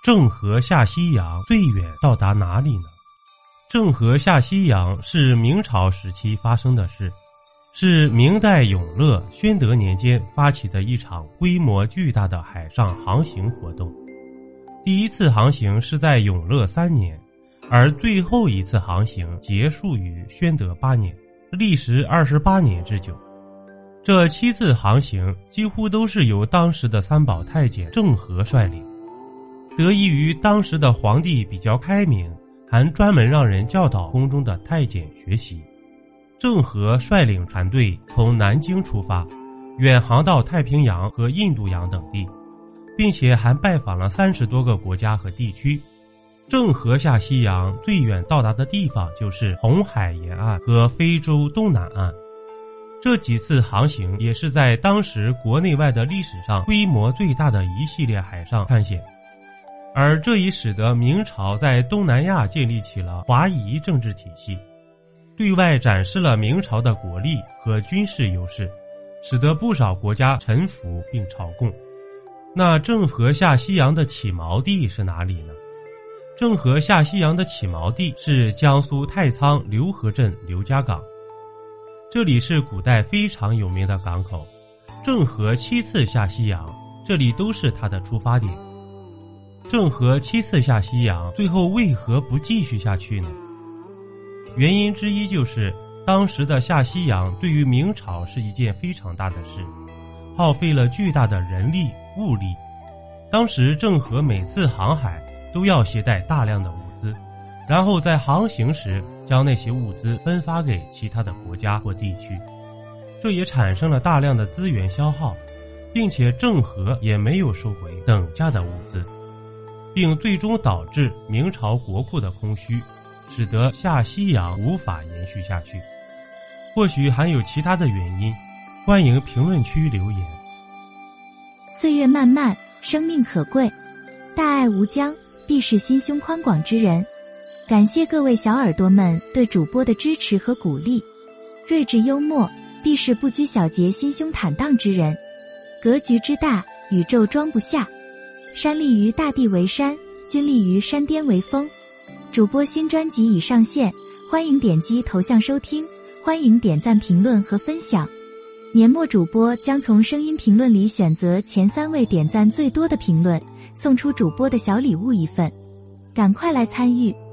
郑和下西洋最远到达哪里呢？郑和下西洋是明朝时期发生的事，是明代永乐、宣德年间发起的一场规模巨大的海上航行活动。第一次航行是在永乐3年，而最后一次航行结束于宣德8年，历时28年之久。这7次航行几乎都是由当时的三宝太监郑和率领。得益于当时的皇帝比较开明，还专门让人教导宫中的太监学习。郑和率领船队从南京出发，远航到太平洋和印度洋等地，并且还拜访了30多个国家和地区。郑和下西洋最远到达的地方就是红海沿岸和非洲东南岸。这几次航行也是在当时国内外的历史上规模最大的一系列海上探险，而这也使得明朝在东南亚建立起了华夷政治体系，对外展示了明朝的国力和军事优势，使得不少国家臣服并朝贡。那郑和下西洋的起锚地是哪里呢？郑和下西洋的起锚地是江苏太仓刘河镇刘家港，这里是古代非常有名的港口。郑和7次下西洋，这里都是他的出发点。郑和7次下西洋，最后为何不继续下去呢？原因之一就是当时的下西洋对于明朝是一件非常大的事，耗费了巨大的人力物力。当时郑和每次航海都要携带大量的物资，然后在航行时将那些物资分发给其他的国家或地区，这也产生了大量的资源消耗，并且郑和也没有收回等价的物资，并最终导致明朝国库的空虚，使得下西洋无法延续下去。或许还有其他的原因，欢迎评论区留言。 岁月漫漫，生命可贵，大爱无疆，必是心胸宽广之人。感谢各位小耳朵们对主播的支持和鼓励。睿智幽默，必是不拘小节、心胸坦荡之人。格局之大，宇宙装不下。山立于大地为山，君立于山巅为峰。主播新专辑已上线，欢迎点击头像收听，欢迎点赞、评论和分享。年末主播将从声音评论里选择前3位点赞最多的评论，送出主播的小礼物一份，赶快来参与。